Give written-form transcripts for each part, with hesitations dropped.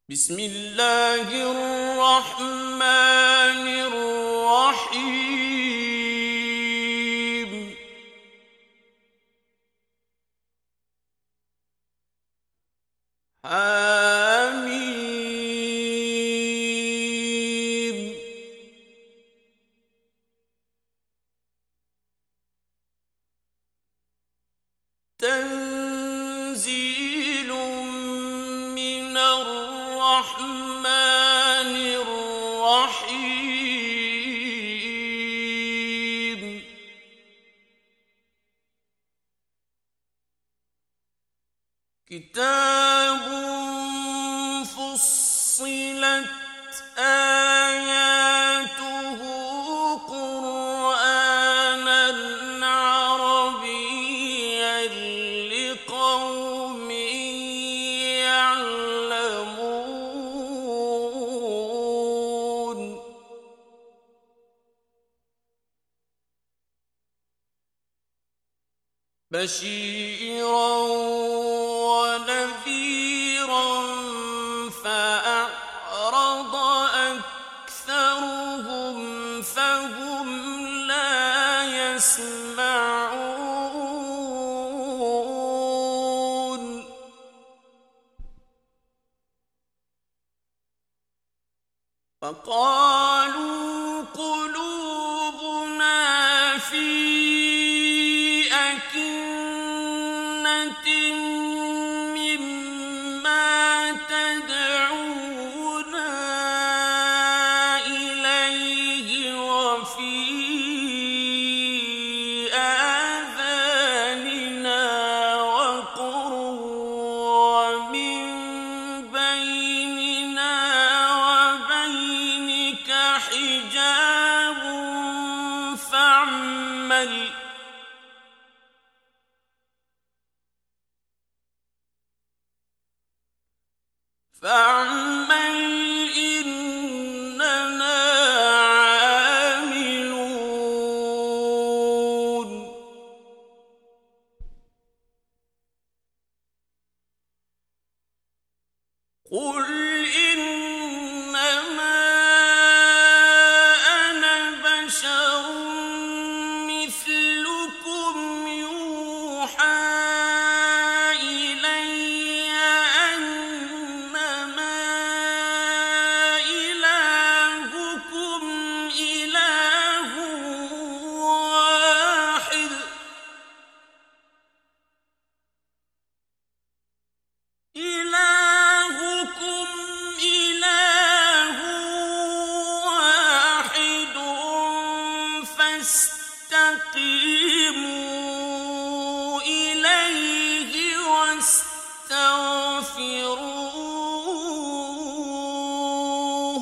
بسم الله الرحمن الرحيم حميم تنزيل من الرحمن الرحيم كتاب فصلت آياته قرآنا عربيا لقوم يعلمون بشيرا ونذيرا فأعرض أكثرهم فهم لا يسمعون فقالوا قلوبنا في أكنة مما تدعونا إليه وفي آذاننا وقر ومن بيننا وبينك حجاب فاعمل إننا عاملون قل إنما أنا بشر مثلكم يوحى إلي أنما إلهكم إله واحد فاستقيموا إليه واستغفروه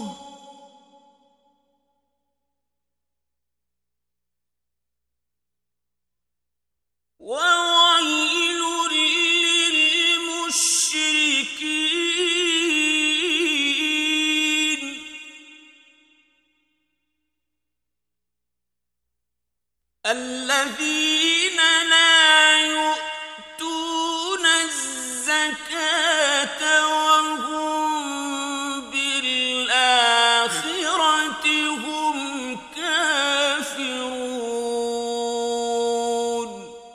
وويل للمشركين الذين لا يؤتون الزكاة وهم بالآخرة هم كافرون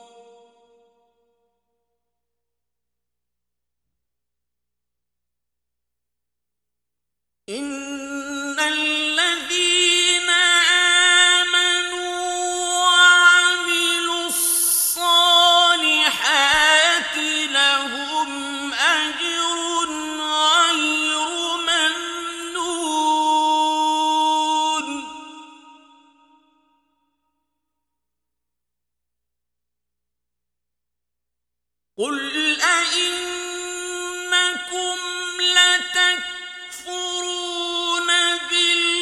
إن الذين آمنوا وعملوا الصالحات لهم أجر غير ممنون قل أئنكم لتكفرون بالله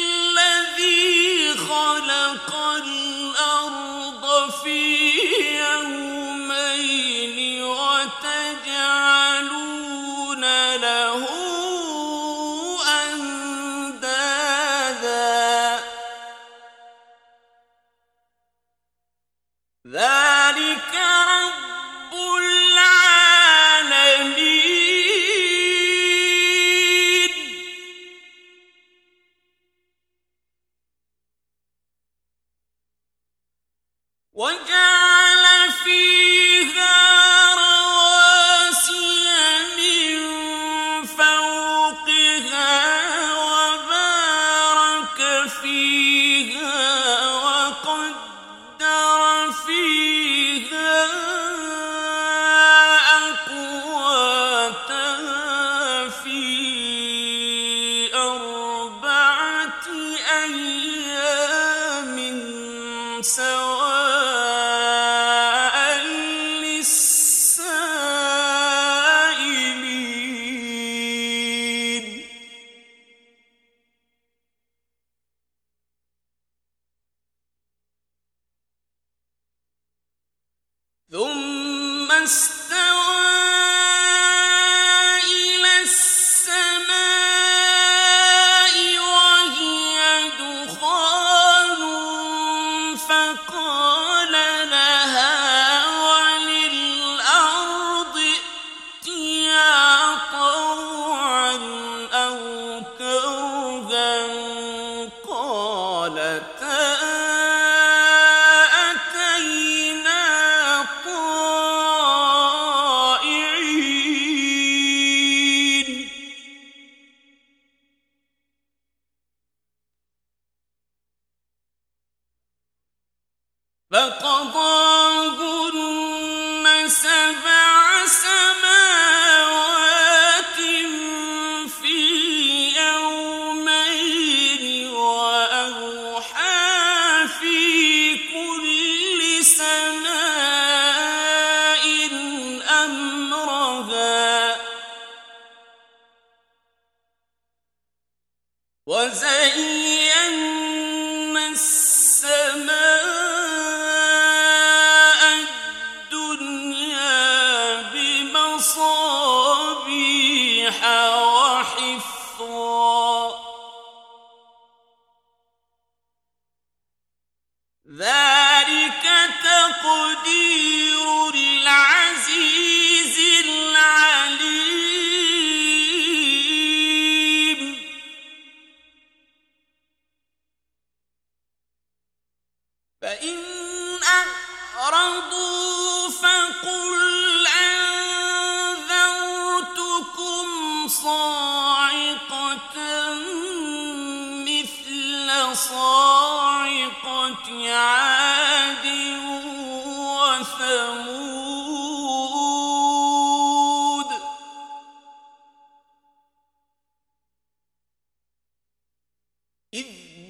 استوى إلى السماء وهي دخان فقال لها وللأرض ائتيا طوعا أو كرها قالتا أتينا طائعين فقضاهن سبع سماوات في يومين وأوحى في كل سماء أمرها وزينا السماء الدنيا بمصابيح وحفظا ذلك تقدير العزيز العليم فإن أعرضوا فقل أنذرتكم صاعقة مثل صاعقة عاد وثمود إذ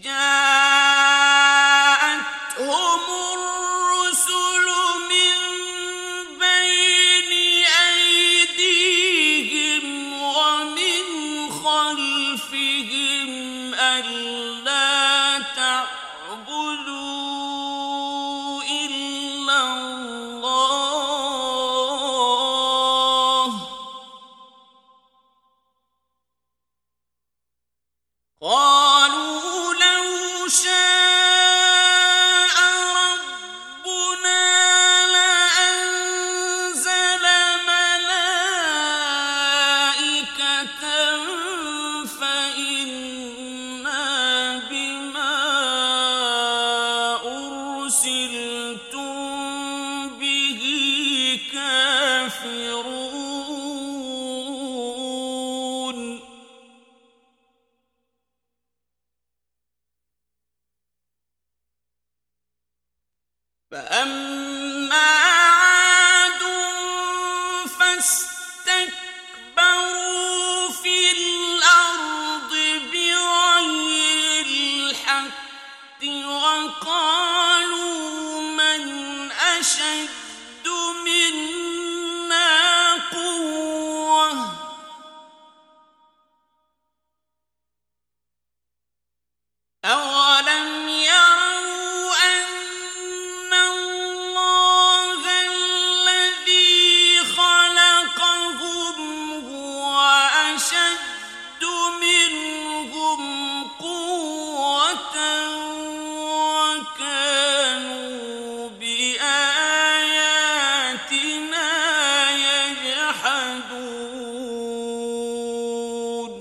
جاءتهم الرسل من بين أيديهم ومن خلفهم ألا تعبدوا إلا الله قالوا لو شاء ربنا لأنزل ملائكة فإنا بما أرسلتم به كافرون فأما عاد فاستكبروا في الأرض بغير الحق وقالوا من أشد منا قوة أولم يروا أن الله الذي خلقهم هو أشد منهم قوة وكانوا بآياتنا يجحدون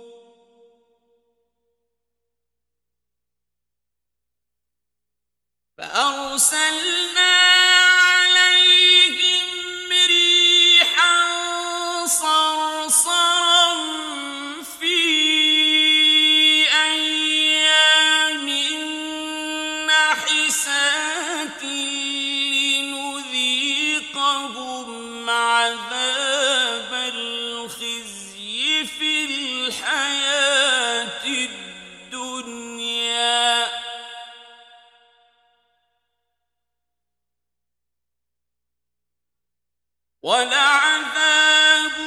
فأرسلنا عليهم ريحا صرصرا في أيام نحسات لنذيقهم عذاب الخزي في الحياة الدنيا ولعذاب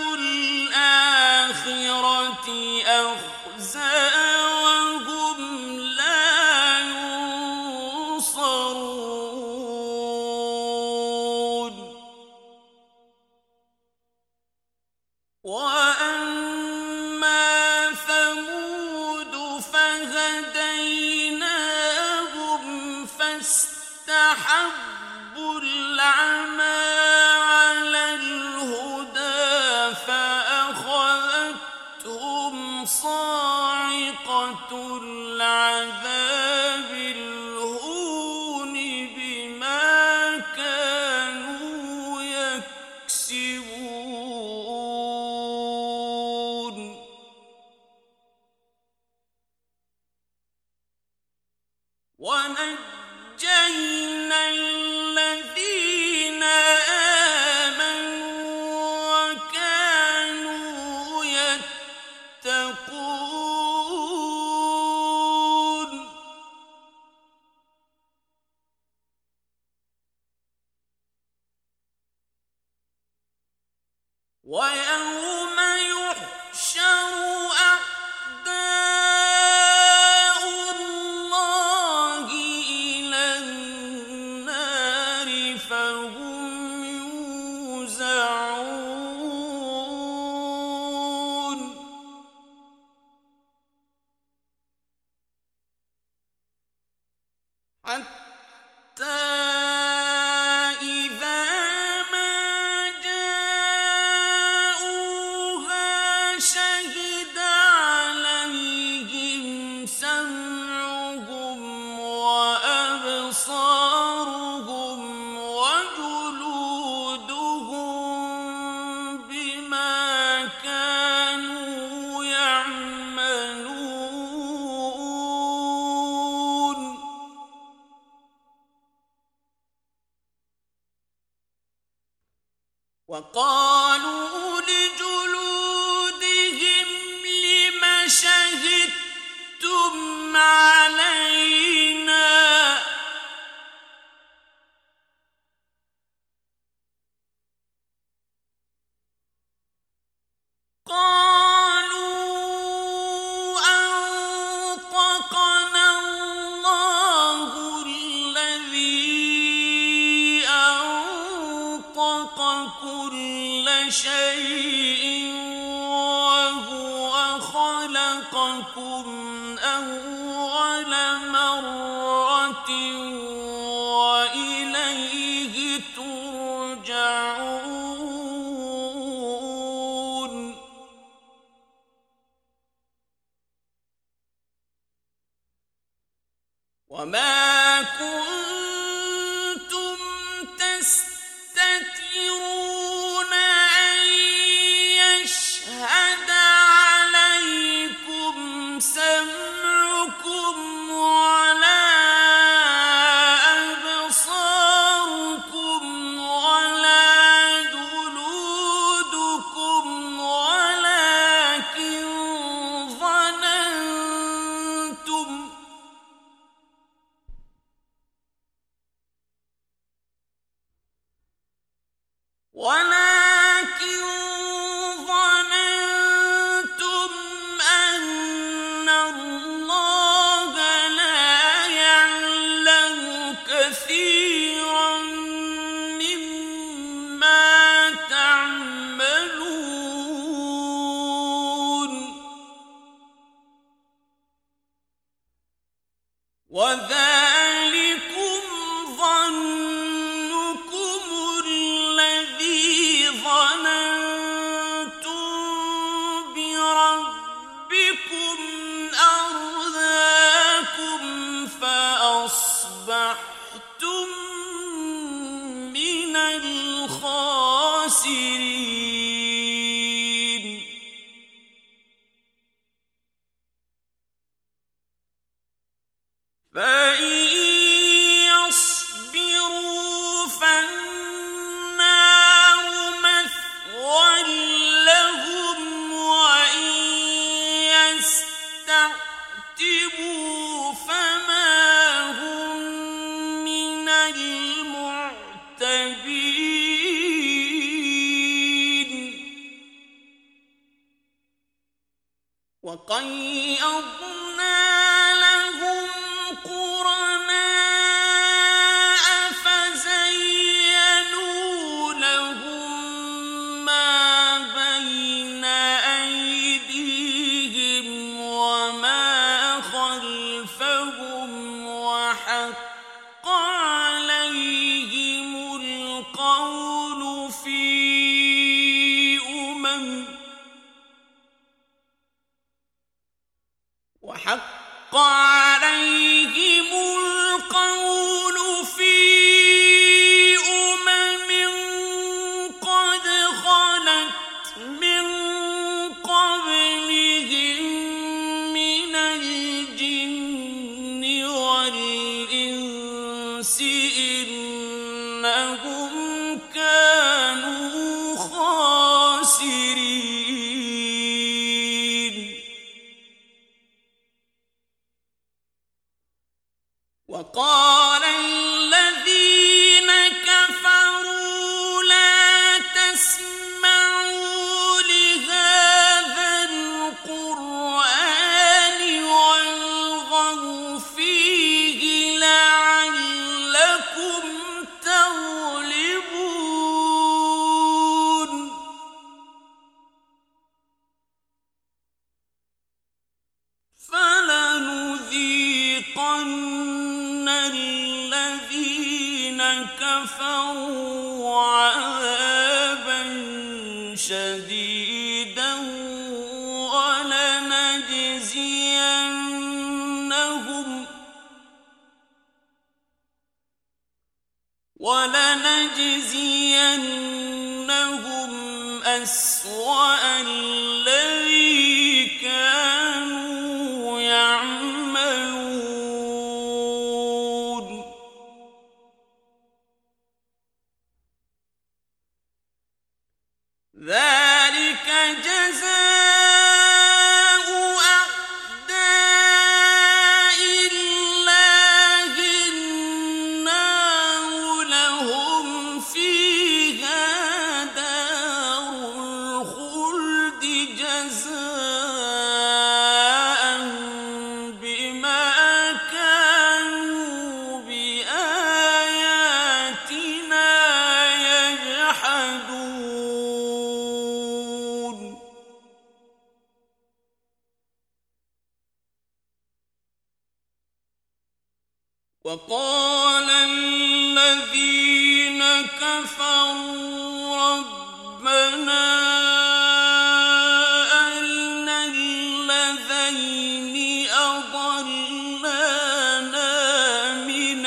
الآخرة أخزى وهم لا ينصرون صاعقة العذاب الهون بما كانوا يكسبون ونجينا الذين آمنوا وكانوا يتقون ويوم يحشر أعداء الله إلى النار فهم يوزعون حتى إذا ما جاءوها شهد عليهم سمعهم وأبصارهم وجلودهم بما كانوا يعملون وقالوا لجلودهم لم شهدتم علينا قالوا أنطقنا الله الذي أنطق كل شيء وهو خلقكم أول مرة وإليه ترجعون وما كنتم تستترون أن يشهد عليكم سمعكم ولا أبصاركم ولا جلودكم ولكن ظننتم أن الله لا يعلم كثيرا مما تعملون وذلكم ظنكم الذي ظننتم بربكم أرداكم فأصبحتم من الخاسرين فإن يصبروا فالنار مثوى لهم وإن يستعتبوا فما هم من المعتبين وقيضنا لهم قرناء فزينوا لهم ما بين أيديهم وما خلفهم وحق عليهم القول في وحق عليهم القول في أمم قد خلت من قبلهم من الجن والإنس إنهم كانوا خاسرين. وقال الذين كفروا لا تسمعوا لهذا القرآن والغوا فيه لعلكم تغلبون. فلنذيقن الذين كفروا عذابا شديدا ولنجزينهم أسوأ الذي كانوا يعملون. ذلك جزاء أعداء الله النار لهم فيها دار الخلد جزاء بما كانوا بآياتنا يجحدون. وقال الذين كفروا ربنا أرنا الذين أضلانا من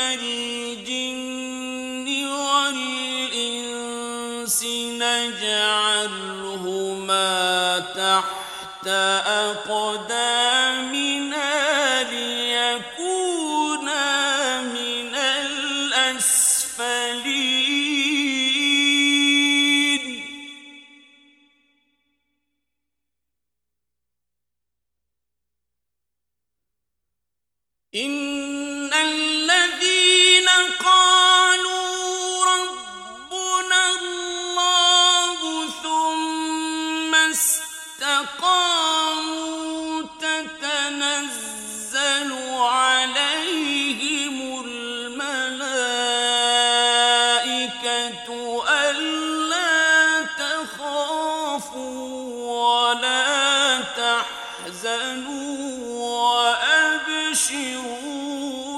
الجن والإنس نجعلهما تحت أقدامنا ليكونا من الأسفلين. إن الذين قالوا ربنا الله ثم استقاموا تتنزل عليهم الملائكة ألا تخافوا ولا تحزنوا وأبشروا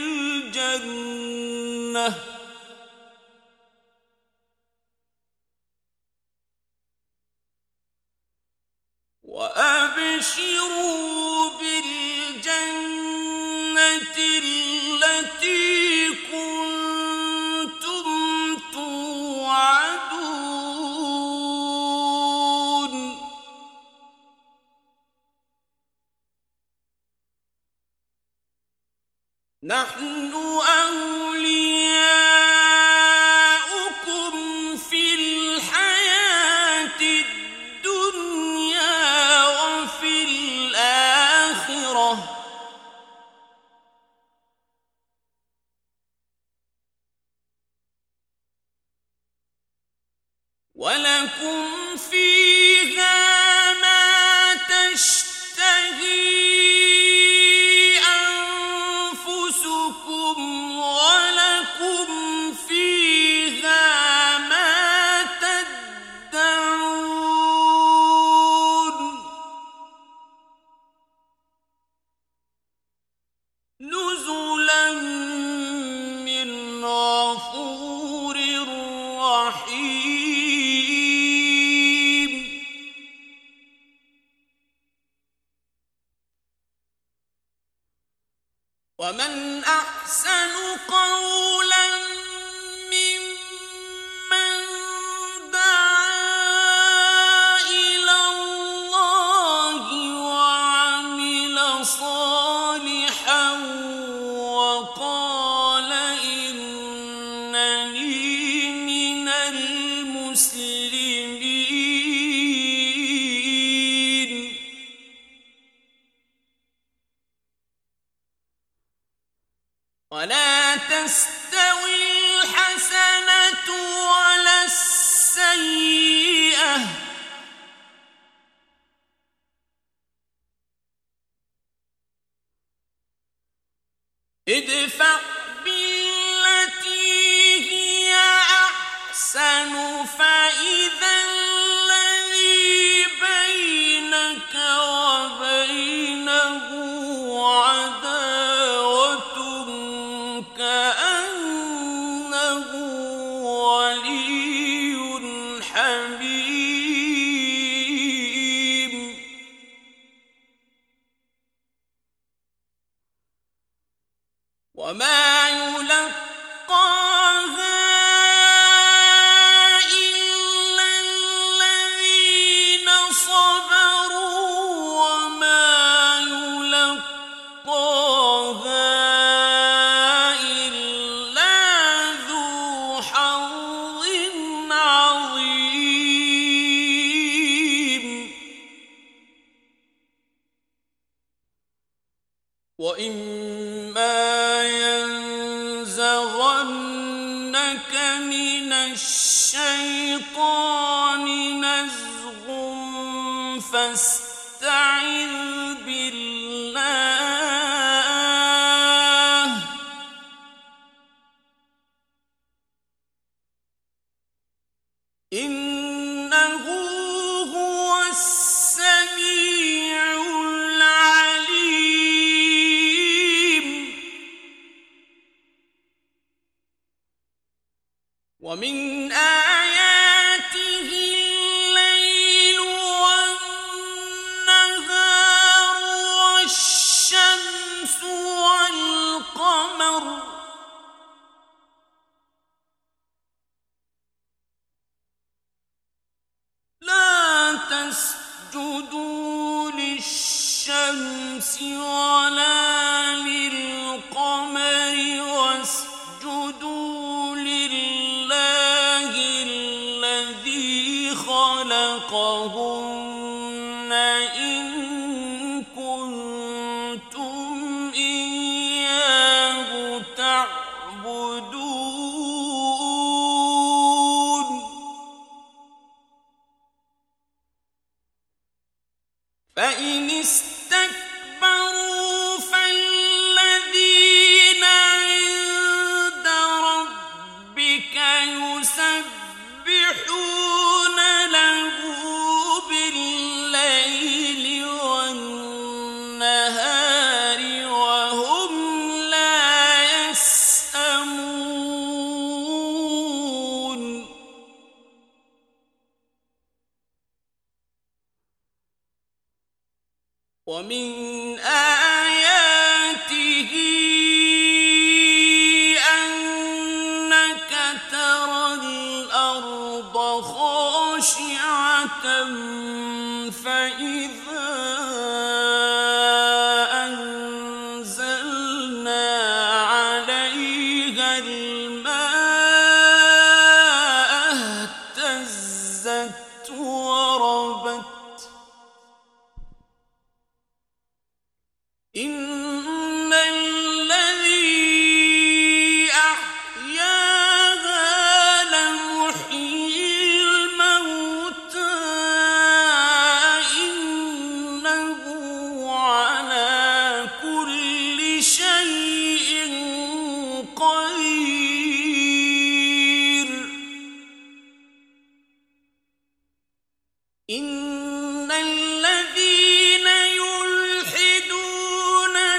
بالجنة التي كنتم توعدون. نحن أولياؤكم في الحياة الدنيا وفي الآخرة ولكم فيها ما تشتهي أنفسكم ولكم فيها ما تدعون. نزلا من غفور رحيم. ومن أحسن قولا ممن دعا إلى الله وعمل صالحا وقال إنني من المسلمين. ولا تستوي الحسنة ولا السيئة ادفع بالتي هي أحسن فإذا الذي بينك وبينه عداوة كأنه ولي حميم. وما يلقاها إلا الذين صبروا وما يلقاها إلا ذو حظ عظيم. وإما ينزغنك من الشيطان نزغ فاستعذ بالله إنه هو السميع العليم. ومن آياته الليل والنهار والشمس والقمر لا تسجدوا للشمس ولا للقمر واسجدوا لله الذي خلقهن إن كنتم إياه تعبدون. فإن استكبروا فالذين عند ربك يسبحون له بالليل والنهار وهم لا يسأمون. ومن آياته أنك ترى الأرض خاشعة فإذا أنزلنا عليها الماء اهتزت وربت إن الذي أحياها لمحيي الموتى إنه على كل شيء قدير. إن الذين يلحدون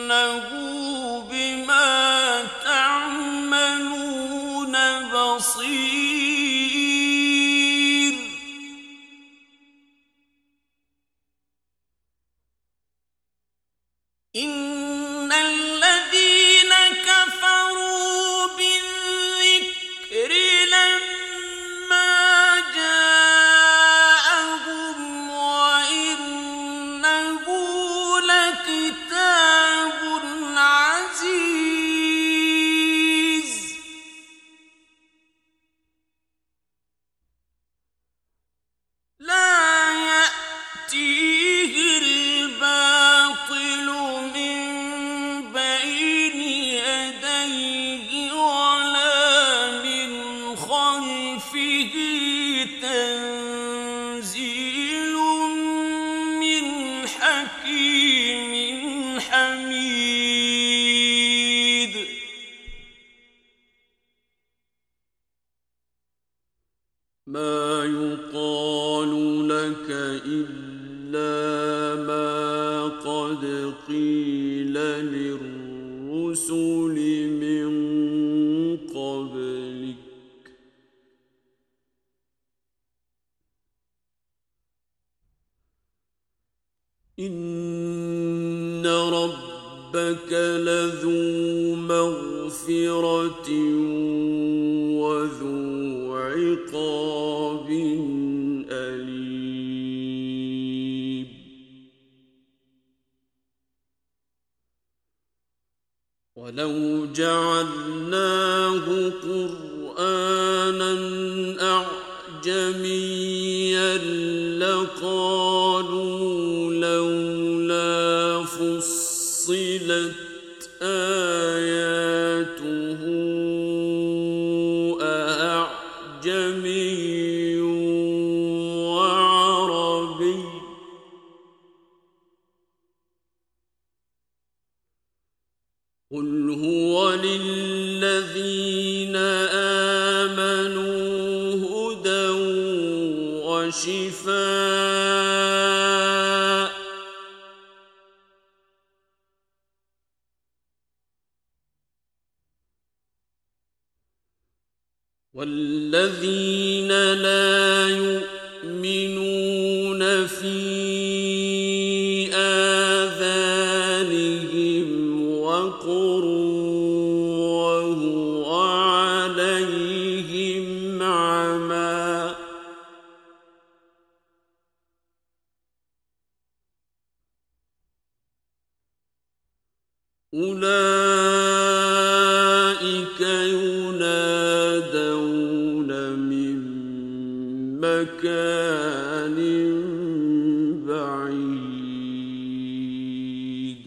إنه بما تعملون بصير إن الذين كفروا بالذكر لما جاءهم وإنه لكتاب عزيز لا يأتيه الباطل من بين يديه ولا من خلفه تنزيل من حكيم حميد ما يقال لك إلا ما قد قيل للرسل من قبلك إن ربك لذو مغفرة وذو عقاب أليم ولو جعلناه قرآنا أعجميا لقالوا لولا فصلت آياته أعجمي وعربي قل هو للذين آمنوا هدى وشفاء والذين لا يؤمنون في آذانهم وقر وهو عليهم عمى أولئك ينادون من مكان بعيد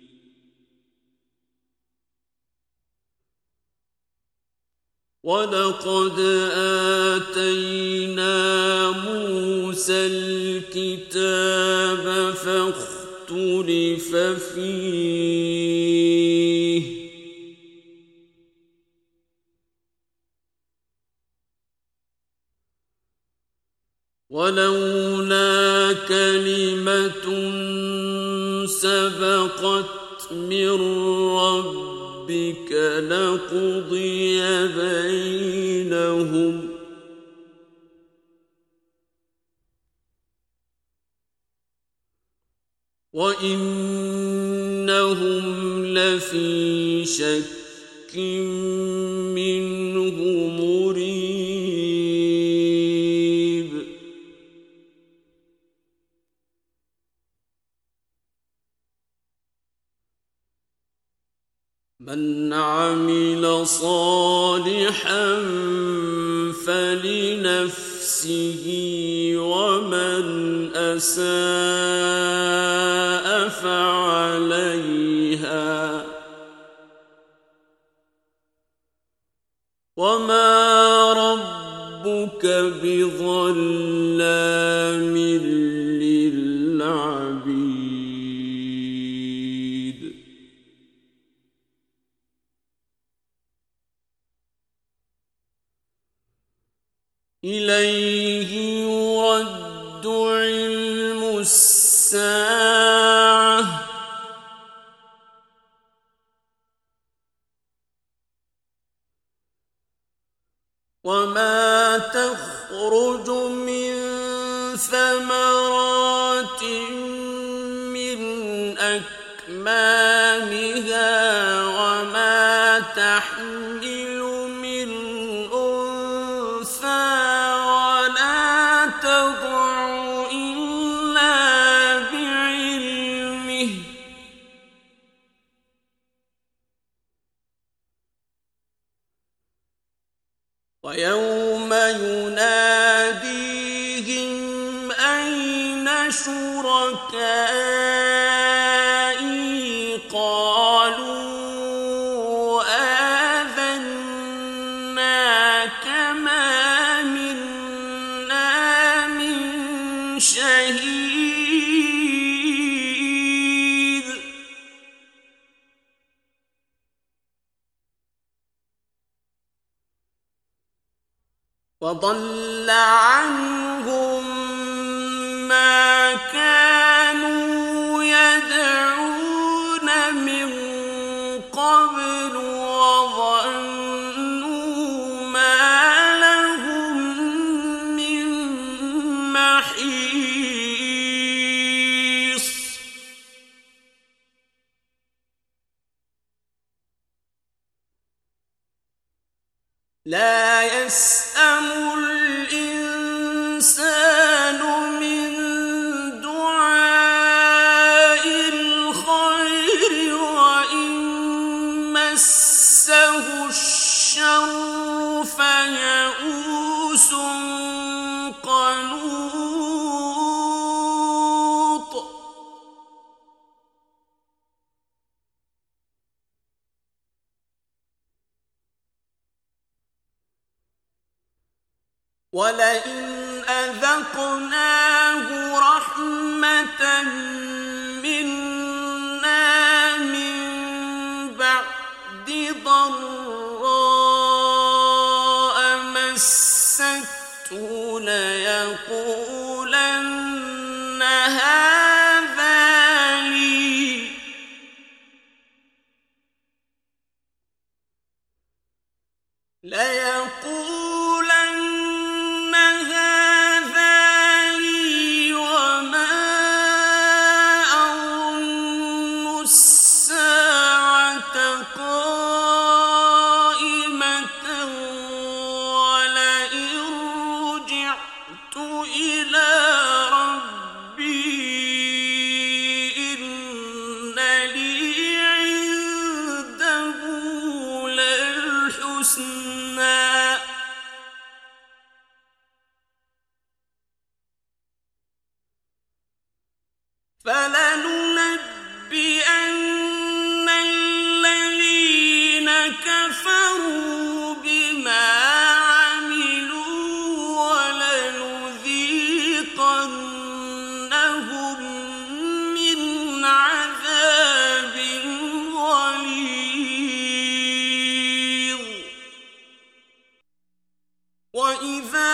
ولقد آتينا موسى الكتاب فاختلف فيه ولولا كلمة سبقت من ربك لقضي بينهم وإنهم لفي شك منه مريب من عمل صالحا فلنفسه ومن أساء فعليها وما ربك بظلام للعبيد إليه يرد علم الساعة وما تخرج من ثمرات من أكمامها وما تحمل من أنثى ولا تضع إلا بعلمه ويوم يناديهم أين شركائي قالوا آذناك ما منا من شهيد وضل عنهم ما كانوا يدعون من قبل وظنوا ما لهم من محيص لا يسأم الإنسان من دعاء الخير وإن مسه الشر فيئوس قنوط ولئن أذقناه رحمة منا من بعد ضراء مسته ليقولن هذا لي وما أظن الساعة قائمة ولئن رجعت إلى ربي إن لي عنده للحسنى فلننبئن الذين كفروا بما عملوا ولنذيقنهم من عذاب غليظ وإذا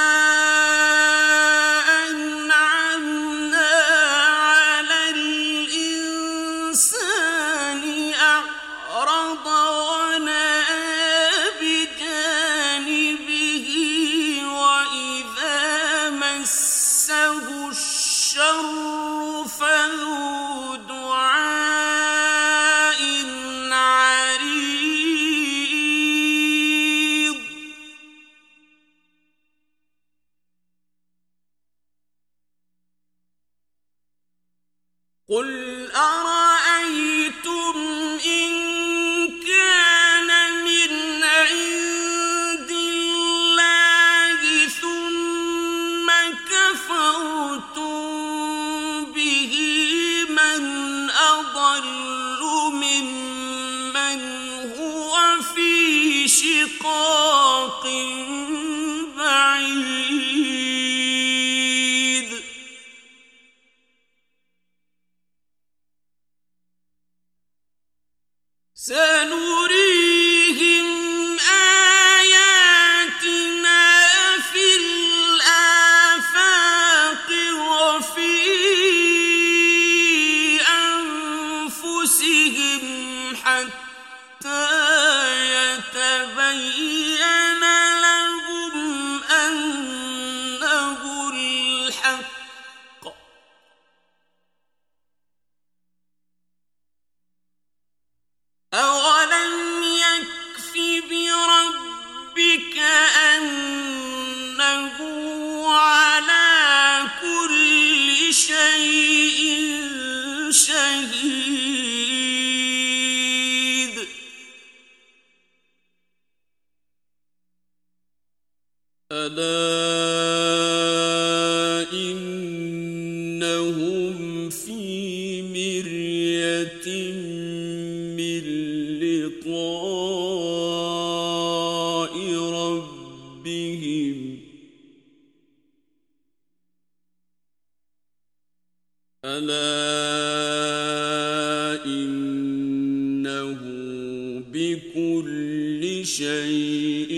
فذو دعاء عريض قل أرأيتم إن كان من عند الله ثم كفرتم به من أضل ممن هو في شقاق بعيد سنريهم آياتنا في الآفاق وفي أنفسهم حتى يتبين لهم شهيد ألا إنهم في مرية من لقاء ربهم ألا إنه بكل شيء